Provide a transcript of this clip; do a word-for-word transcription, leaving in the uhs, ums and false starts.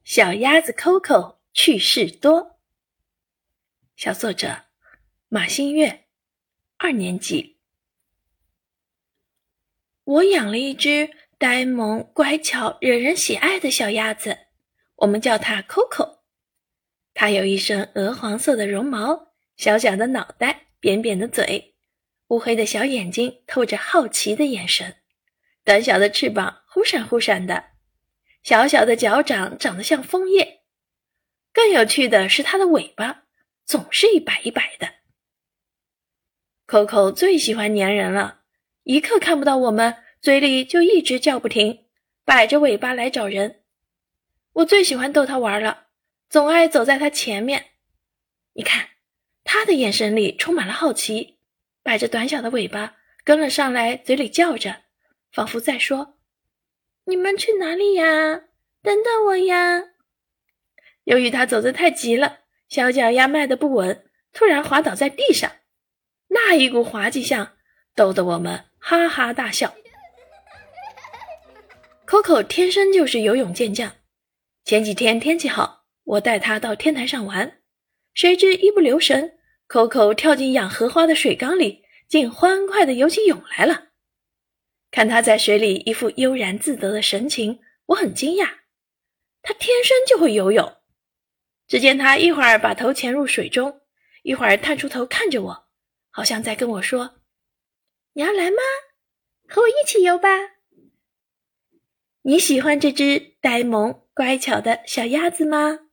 小鸭子 Coco 趣事多，小作者马新月，二年级。我养了一只呆萌、乖巧、惹人喜爱的小鸭子，我们叫它 Coco。它有一身鹅黄色的绒毛，小小的脑袋，扁扁的嘴，乌黑的小眼睛透着好奇的眼神，短小的翅膀忽闪忽闪的，小小的脚掌长得像枫叶。更有趣的是它的尾巴，总是一摆一摆的。Coco 最喜欢粘人了，一刻看不到我们，嘴里就一直叫不停，摆着尾巴来找人。我最喜欢逗它玩了，总爱走在它前面。你看，它的眼神里充满了好奇，摆着短小的尾巴跟了上来，嘴里叫着，仿佛在说：你们去哪里呀？等等我呀！由于他走得太急了，小脚丫迈得不稳，突然滑倒在地上，那一股滑稽相逗得我们哈哈大笑。Coco 天生就是游泳健将，前几天天气好，我带他到天台上玩，谁知一不留神 Coco 跳进养荷花的水缸里，竟欢快地游起泳来了。看他在水里一副悠然自得的神情，我很惊讶，他天生就会游泳。只见他一会儿把头潜入水中，一会儿探出头看着我，好像在跟我说：你要来吗？和我一起游吧。你喜欢这只呆萌乖巧的小鸭子吗？